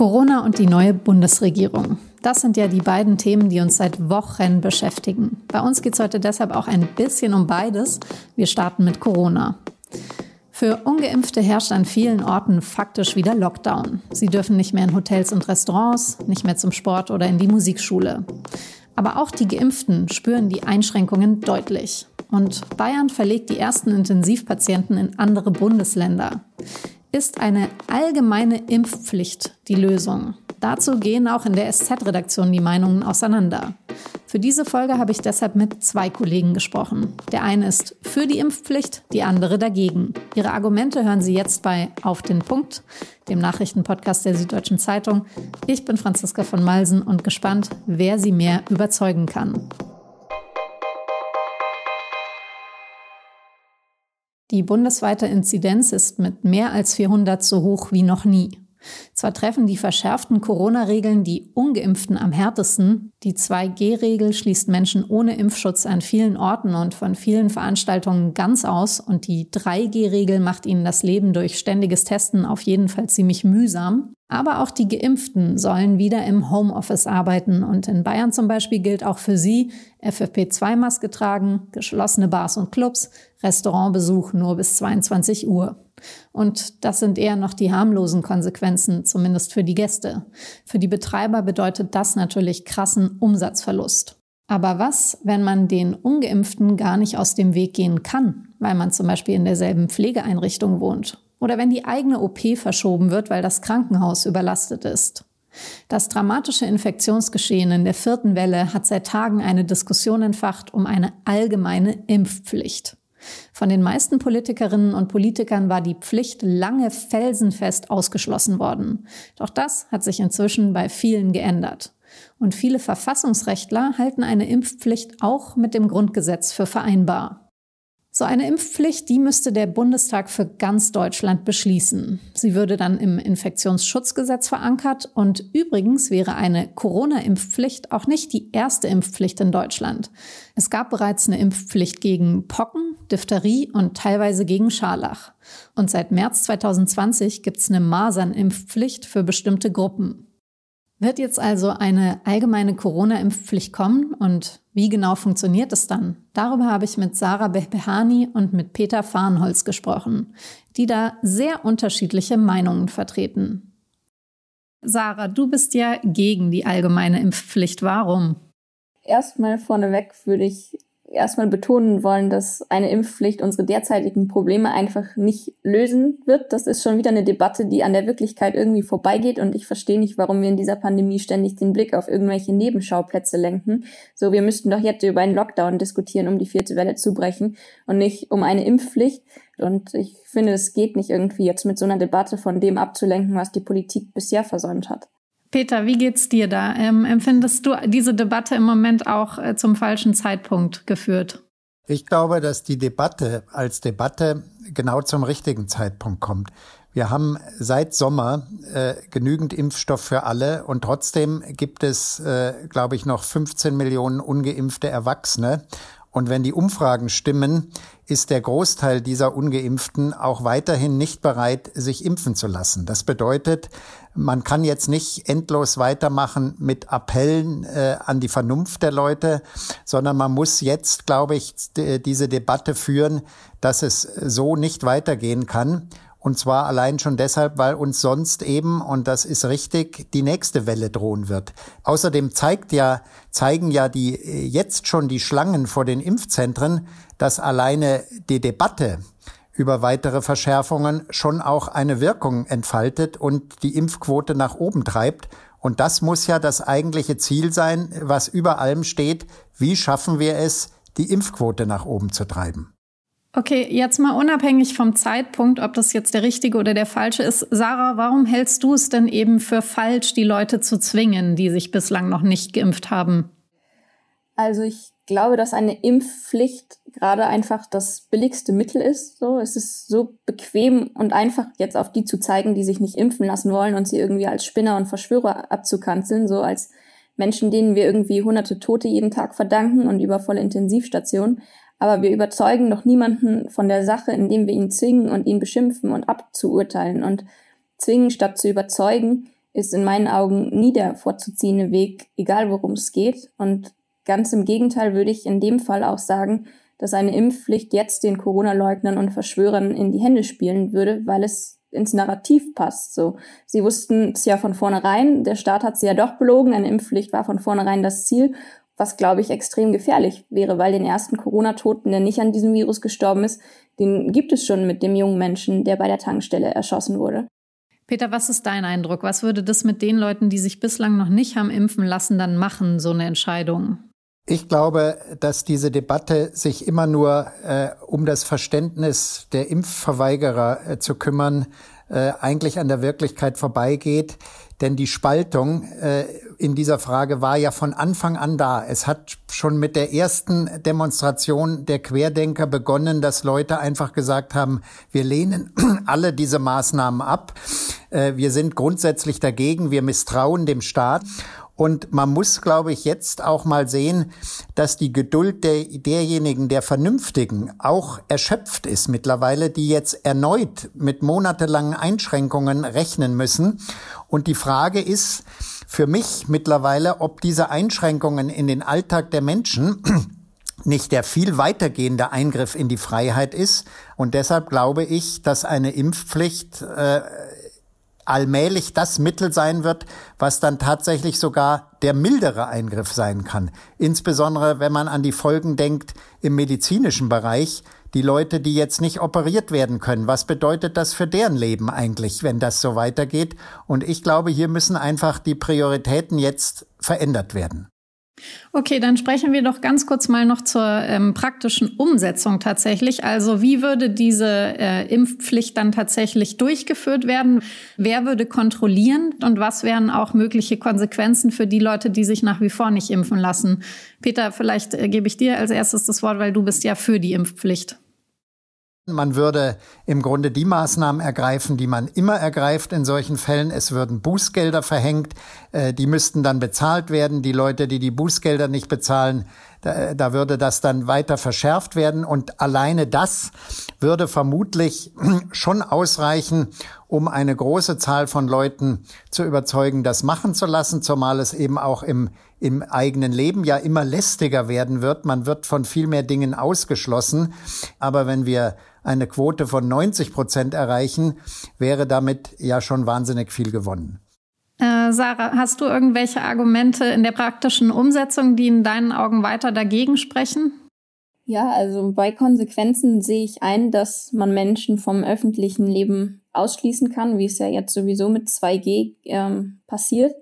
Corona und die neue Bundesregierung. Das sind ja die beiden Themen, die uns seit Wochen beschäftigen. Bei uns geht es heute deshalb auch ein bisschen um beides. Wir starten mit Corona. Für Ungeimpfte herrscht an vielen Orten faktisch wieder Lockdown. Sie dürfen nicht mehr in Hotels und Restaurants, nicht mehr zum Sport oder in die Musikschule. Aber auch die Geimpften spüren die Einschränkungen deutlich. Und Bayern verlegt die ersten Intensivpatienten in andere Bundesländer. Ist eine allgemeine Impfpflicht die Lösung? Dazu gehen auch in der SZ-Redaktion die Meinungen auseinander. Für diese Folge habe ich deshalb mit zwei Kollegen gesprochen. Der eine ist für die Impfpflicht, die andere dagegen. Ihre Argumente hören Sie jetzt bei Auf den Punkt, dem Nachrichtenpodcast der Süddeutschen Zeitung. Ich bin Franziska von Malsen und gespannt, wer Sie mehr überzeugen kann. Die bundesweite Inzidenz ist mit mehr als 400 so hoch wie noch nie. Zwar treffen die verschärften Corona-Regeln die Ungeimpften am härtesten. Die 2G-Regel schließt Menschen ohne Impfschutz an vielen Orten und von vielen Veranstaltungen ganz aus. Und die 3G-Regel macht ihnen das Leben durch ständiges Testen auf jeden Fall ziemlich mühsam. Aber auch die Geimpften sollen wieder im Homeoffice arbeiten. Und in Bayern zum Beispiel gilt auch für sie FFP2-Maske tragen, geschlossene Bars und Clubs, Restaurantbesuch nur bis 22 Uhr. Und das sind eher noch die harmlosen Konsequenzen, zumindest für die Gäste. Für die Betreiber bedeutet das natürlich krassen Umsatzverlust. Aber was, wenn man den Ungeimpften gar nicht aus dem Weg gehen kann, weil man zum Beispiel in derselben Pflegeeinrichtung wohnt? Oder wenn die eigene OP verschoben wird, weil das Krankenhaus überlastet ist? Das dramatische Infektionsgeschehen in der 4. Welle hat seit Tagen eine Diskussion entfacht um eine allgemeine Impfpflicht. Von den meisten Politikerinnen und Politikern war die Pflicht lange felsenfest ausgeschlossen worden. Doch das hat sich inzwischen bei vielen geändert. Und viele Verfassungsrechtler halten eine Impfpflicht auch mit dem Grundgesetz für vereinbar. So eine Impfpflicht, die müsste der Bundestag für ganz Deutschland beschließen. Sie würde dann im Infektionsschutzgesetz verankert und übrigens wäre eine Corona-Impfpflicht auch nicht die erste Impfpflicht in Deutschland. Es gab bereits eine Impfpflicht gegen Pocken, Diphtherie und teilweise gegen Scharlach. Und seit März 2020 gibt es eine Masernimpfpflicht für bestimmte Gruppen. Wird jetzt also eine allgemeine Corona-Impfpflicht kommen und wie genau funktioniert es dann? Darüber habe ich mit Sarah Behbehani und mit Peter Farnholz gesprochen, die da sehr unterschiedliche Meinungen vertreten. Sarah, du bist ja gegen die allgemeine Impfpflicht. Warum? Erstmal vorneweg würde ich erstmal betonen wollen, dass eine Impfpflicht unsere derzeitigen Probleme einfach nicht lösen wird. Das ist schon wieder eine Debatte, die an der Wirklichkeit irgendwie vorbeigeht und ich verstehe nicht, warum wir in dieser Pandemie ständig den Blick auf irgendwelche Nebenschauplätze lenken. So, wir müssten doch jetzt über einen Lockdown diskutieren, um die 4. Welle zu brechen und nicht um eine Impfpflicht. Und ich finde, es geht nicht irgendwie jetzt mit so einer Debatte von dem abzulenken, was die Politik bisher versäumt hat. Peter, wie geht's dir da? Empfindest du diese Debatte im Moment auch zum falschen Zeitpunkt geführt? Ich glaube, dass die Debatte als Debatte genau zum richtigen Zeitpunkt kommt. Wir haben seit Sommer genügend Impfstoff für alle und trotzdem gibt es, glaube ich, noch 15 Millionen ungeimpfte Erwachsene. Und wenn die Umfragen stimmen, ist der Großteil dieser Ungeimpften auch weiterhin nicht bereit, sich impfen zu lassen. Das bedeutet, man kann jetzt nicht endlos weitermachen mit Appellen an die Vernunft der Leute, sondern man muss jetzt, glaube ich, diese Debatte führen, dass es so nicht weitergehen kann. Und zwar allein schon deshalb, weil uns sonst eben, und das ist richtig, die nächste Welle drohen wird. Außerdem zeigen ja jetzt schon die Schlangen vor den Impfzentren, dass alleine die Debatte über weitere Verschärfungen schon auch eine Wirkung entfaltet und die Impfquote nach oben treibt. Und das muss ja das eigentliche Ziel sein, was über allem steht. Wie schaffen wir es, die Impfquote nach oben zu treiben? Okay, jetzt mal unabhängig vom Zeitpunkt, ob das jetzt der richtige oder der falsche ist. Sarah, warum hältst du es denn eben für falsch, die Leute zu zwingen, die sich bislang noch nicht geimpft haben? Also ich glaube, dass eine Impfpflicht gerade einfach das billigste Mittel ist. So, es ist so bequem und einfach, jetzt auf die zu zeigen, die sich nicht impfen lassen wollen und sie irgendwie als Spinner und Verschwörer abzukanzeln, so als Menschen, denen wir irgendwie hunderte Tote jeden Tag verdanken und übervolle Intensivstationen. Aber wir überzeugen doch niemanden von der Sache, indem wir ihn zwingen und ihn beschimpfen und abzuurteilen. Und zwingen statt zu überzeugen ist in meinen Augen nie der vorzuziehende Weg, egal worum es geht. Und ganz im Gegenteil würde ich in dem Fall auch sagen, dass eine Impfpflicht jetzt den Corona-Leugnern und Verschwörern in die Hände spielen würde, weil es ins Narrativ passt. So, sie wussten es ja von vornherein, der Staat hat sie ja doch belogen, eine Impfpflicht war von vornherein das Ziel, was, glaube ich, extrem gefährlich wäre, weil den ersten Corona-Toten, der nicht an diesem Virus gestorben ist, den gibt es schon mit dem jungen Menschen, der bei der Tankstelle erschossen wurde. Peter, was ist dein Eindruck? Was würde das mit den Leuten, die sich bislang noch nicht haben impfen lassen, dann machen, so eine Entscheidung? Ich glaube, dass diese Debatte sich immer nur um das Verständnis der Impfverweigerer zu kümmern, eigentlich an der Wirklichkeit vorbeigeht. Denn die Spaltung in dieser Frage war ja von Anfang an da. Es hat schon mit der ersten Demonstration der Querdenker begonnen, dass Leute einfach gesagt haben, wir lehnen alle diese Maßnahmen ab. Wir sind grundsätzlich dagegen, wir misstrauen dem Staat. Und man muss, glaube ich, jetzt auch mal sehen, dass die Geduld derjenigen, der Vernünftigen, auch erschöpft ist mittlerweile, die jetzt erneut mit monatelangen Einschränkungen rechnen müssen. Und die Frage ist für mich mittlerweile, ob diese Einschränkungen in den Alltag der Menschen nicht der viel weitergehende Eingriff in die Freiheit ist. Und deshalb glaube ich, dass eine Impfpflicht allmählich das Mittel sein wird, was dann tatsächlich sogar der mildere Eingriff sein kann. Insbesondere, wenn man an die Folgen denkt im medizinischen Bereich. Die Leute, die jetzt nicht operiert werden können, was bedeutet das für deren Leben eigentlich, wenn das so weitergeht? Und ich glaube, hier müssen einfach die Prioritäten jetzt verändert werden. Okay, dann sprechen wir doch ganz kurz mal noch zur praktischen Umsetzung tatsächlich. Also wie würde diese Impfpflicht dann tatsächlich durchgeführt werden? Wer würde kontrollieren und was wären auch mögliche Konsequenzen für die Leute, die sich nach wie vor nicht impfen lassen? Peter, vielleicht gebe ich dir als erstes das Wort, weil du bist ja für die Impfpflicht. Man würde im Grunde die Maßnahmen ergreifen, die man immer ergreift in solchen Fällen. Es würden Bußgelder verhängt, die müssten dann bezahlt werden. Die Leute, die die Bußgelder nicht bezahlen, da würde das dann weiter verschärft werden. Und alleine das würde vermutlich schon ausreichen, um eine große Zahl von Leuten zu überzeugen, das machen zu lassen, zumal es eben auch im eigenen Leben ja immer lästiger werden wird. Man wird von viel mehr Dingen ausgeschlossen. Aber wenn wir eine Quote von 90% erreichen, wäre damit ja schon wahnsinnig viel gewonnen. Sarah, hast du irgendwelche Argumente in der praktischen Umsetzung, die in deinen Augen weiter dagegen sprechen? Ja, also bei Konsequenzen sehe ich ein, dass man Menschen vom öffentlichen Leben ausschließen kann, wie es ja jetzt sowieso mit 2G passiert.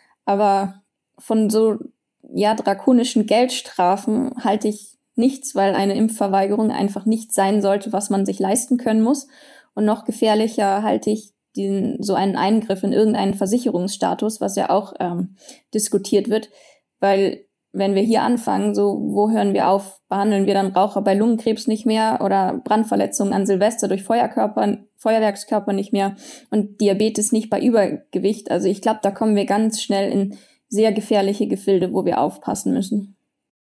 Aber von so drakonischen Geldstrafen halte ich nichts, weil eine Impfverweigerung einfach nicht sein sollte, was man sich leisten können muss. Und noch gefährlicher halte ich so einen Eingriff in irgendeinen Versicherungsstatus, was ja auch diskutiert wird, weil wenn wir hier anfangen, so wo hören wir auf? Behandeln wir dann Raucher bei Lungenkrebs nicht mehr oder Brandverletzungen an Silvester durch Feuerwerkskörper nicht mehr und Diabetes nicht bei Übergewicht? Also ich glaube, da kommen wir ganz schnell in sehr gefährliche Gefilde, wo wir aufpassen müssen.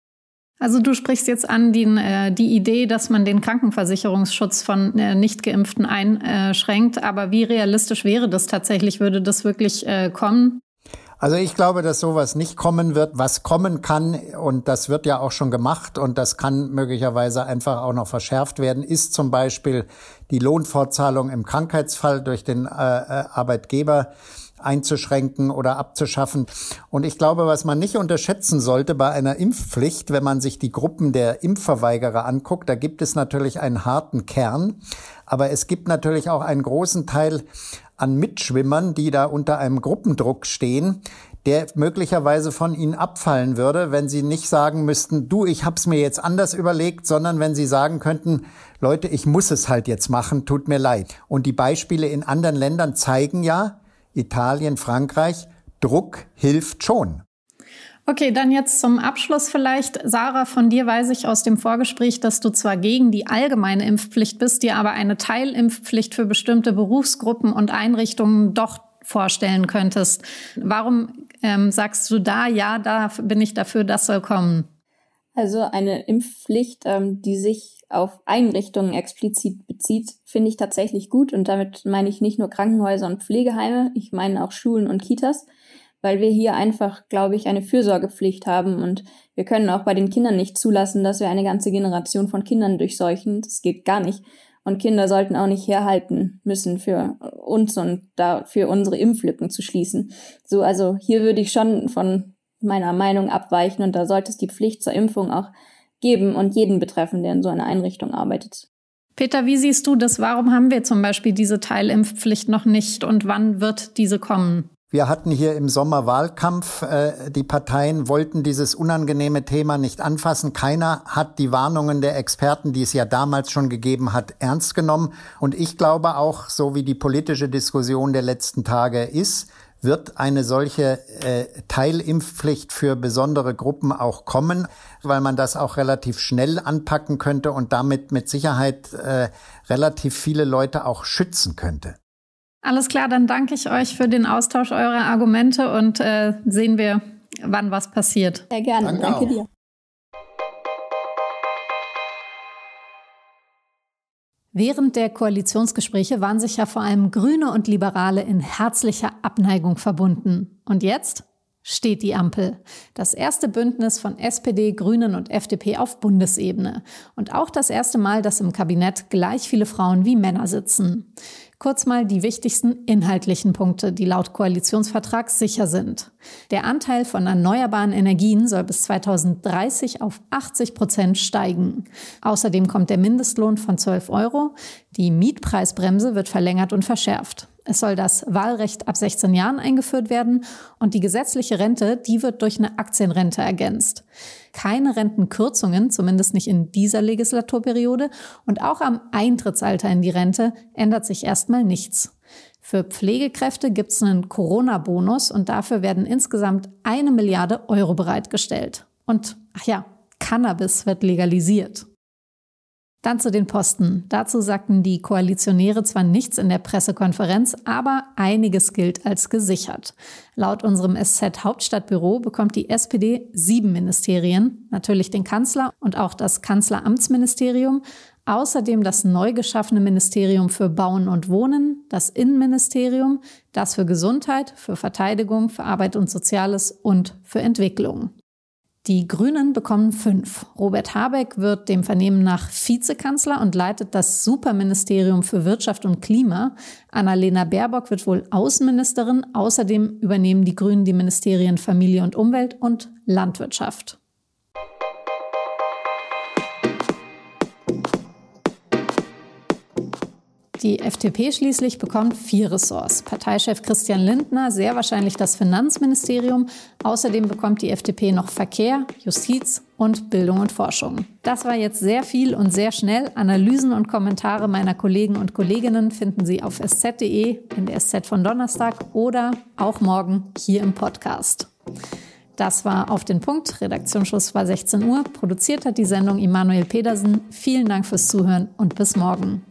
Also du sprichst jetzt an die Idee, dass man den Krankenversicherungsschutz von Nicht-Geimpften einschränkt. Aber wie realistisch wäre das tatsächlich? Würde das wirklich kommen? Also ich glaube, dass sowas nicht kommen wird. Was kommen kann, und das wird ja auch schon gemacht und das kann möglicherweise einfach auch noch verschärft werden, ist zum Beispiel die Lohnfortzahlung im Krankheitsfall durch den Arbeitgeber einzuschränken oder abzuschaffen. Und ich glaube, was man nicht unterschätzen sollte bei einer Impfpflicht, wenn man sich die Gruppen der Impfverweigerer anguckt, da gibt es natürlich einen harten Kern, aber es gibt natürlich auch einen großen Teil an Mitschwimmern, die da unter einem Gruppendruck stehen, der möglicherweise von ihnen abfallen würde, wenn sie nicht sagen müssten, du, ich hab's mir jetzt anders überlegt, sondern wenn sie sagen könnten, Leute, ich muss es halt jetzt machen, tut mir leid. Und die Beispiele in anderen Ländern zeigen ja, Italien, Frankreich, Druck hilft schon. Okay, dann jetzt zum Abschluss vielleicht. Sarah, von dir weiß ich aus dem Vorgespräch, dass du zwar gegen die allgemeine Impfpflicht bist, dir aber eine Teilimpfpflicht für bestimmte Berufsgruppen und Einrichtungen doch vorstellen könntest. Warum sagst du da, bin ich dafür, das soll kommen? Also eine Impfpflicht, die sich auf Einrichtungen explizit bezieht, finde ich tatsächlich gut. Und damit meine ich nicht nur Krankenhäuser und Pflegeheime, ich meine auch Schulen und Kitas, weil wir hier einfach, glaube ich, eine Fürsorgepflicht haben. Und wir können auch bei den Kindern nicht zulassen, dass wir eine ganze Generation von Kindern durchseuchen. Das geht gar nicht. Und Kinder sollten auch nicht herhalten müssen für uns und dafür unsere Impflücken zu schließen. So, also hier würde ich schon von meiner Meinung abweichen und da sollte es die Pflicht zur Impfung auch geben und jeden betreffen, der in so einer Einrichtung arbeitet. Peter, wie siehst du das? Warum haben wir zum Beispiel diese Teilimpfpflicht noch nicht und wann wird diese kommen? Wir hatten hier im Sommer Wahlkampf. Die Parteien wollten dieses unangenehme Thema nicht anfassen. Keiner hat die Warnungen der Experten, die es ja damals schon gegeben hat, ernst genommen. Und ich glaube auch, so wie die politische Diskussion der letzten Tage ist, wird eine solche Teilimpfpflicht für besondere Gruppen auch kommen, weil man das auch relativ schnell anpacken könnte und damit mit Sicherheit relativ viele Leute auch schützen könnte. Alles klar, dann danke ich euch für den Austausch eurer Argumente und sehen wir, wann was passiert. Sehr gerne, danke dir. Während der Koalitionsgespräche waren sich ja vor allem Grüne und Liberale in herzlicher Abneigung verbunden. Und jetzt steht die Ampel. Das erste Bündnis von SPD, Grünen und FDP auf Bundesebene. Und auch das erste Mal, dass im Kabinett gleich viele Frauen wie Männer sitzen. Kurz mal die wichtigsten inhaltlichen Punkte, die laut Koalitionsvertrag sicher sind. Der Anteil von erneuerbaren Energien soll bis 2030 auf 80% steigen. Außerdem kommt der Mindestlohn von 12 €. Die Mietpreisbremse wird verlängert und verschärft. Es soll das Wahlrecht ab 16 Jahren eingeführt werden und die gesetzliche Rente, die wird durch eine Aktienrente ergänzt. Keine Rentenkürzungen, zumindest nicht in dieser Legislaturperiode, und auch am Eintrittsalter in die Rente ändert sich erstmal nichts. Für Pflegekräfte gibt es einen Corona-Bonus und dafür werden insgesamt 1 Milliarde € bereitgestellt. Und, ach ja, Cannabis wird legalisiert. Dann zu den Posten. Dazu sagten die Koalitionäre zwar nichts in der Pressekonferenz, aber einiges gilt als gesichert. Laut unserem SZ-Hauptstadtbüro bekommt die SPD 7 Ministerien, natürlich den Kanzler und auch das Kanzleramtsministerium, außerdem das neu geschaffene Ministerium für Bauen und Wohnen, das Innenministerium, das für Gesundheit, für Verteidigung, für Arbeit und Soziales und für Entwicklung. Die Grünen bekommen 5. Robert Habeck wird dem Vernehmen nach Vizekanzler und leitet das Superministerium für Wirtschaft und Klima. Annalena Baerbock wird wohl Außenministerin. Außerdem übernehmen die Grünen die Ministerien Familie und Umwelt und Landwirtschaft. Die FDP schließlich bekommt 4 Ressorts. Parteichef Christian Lindner, sehr wahrscheinlich das Finanzministerium. Außerdem bekommt die FDP noch Verkehr, Justiz und Bildung und Forschung. Das war jetzt sehr viel und sehr schnell. Analysen und Kommentare meiner Kollegen und Kolleginnen finden Sie auf sz.de, in der SZ von Donnerstag oder auch morgen hier im Podcast. Das war Auf den Punkt. Redaktionsschluss war 16 Uhr. Produziert hat die Sendung Immanuel Pedersen. Vielen Dank fürs Zuhören und bis morgen.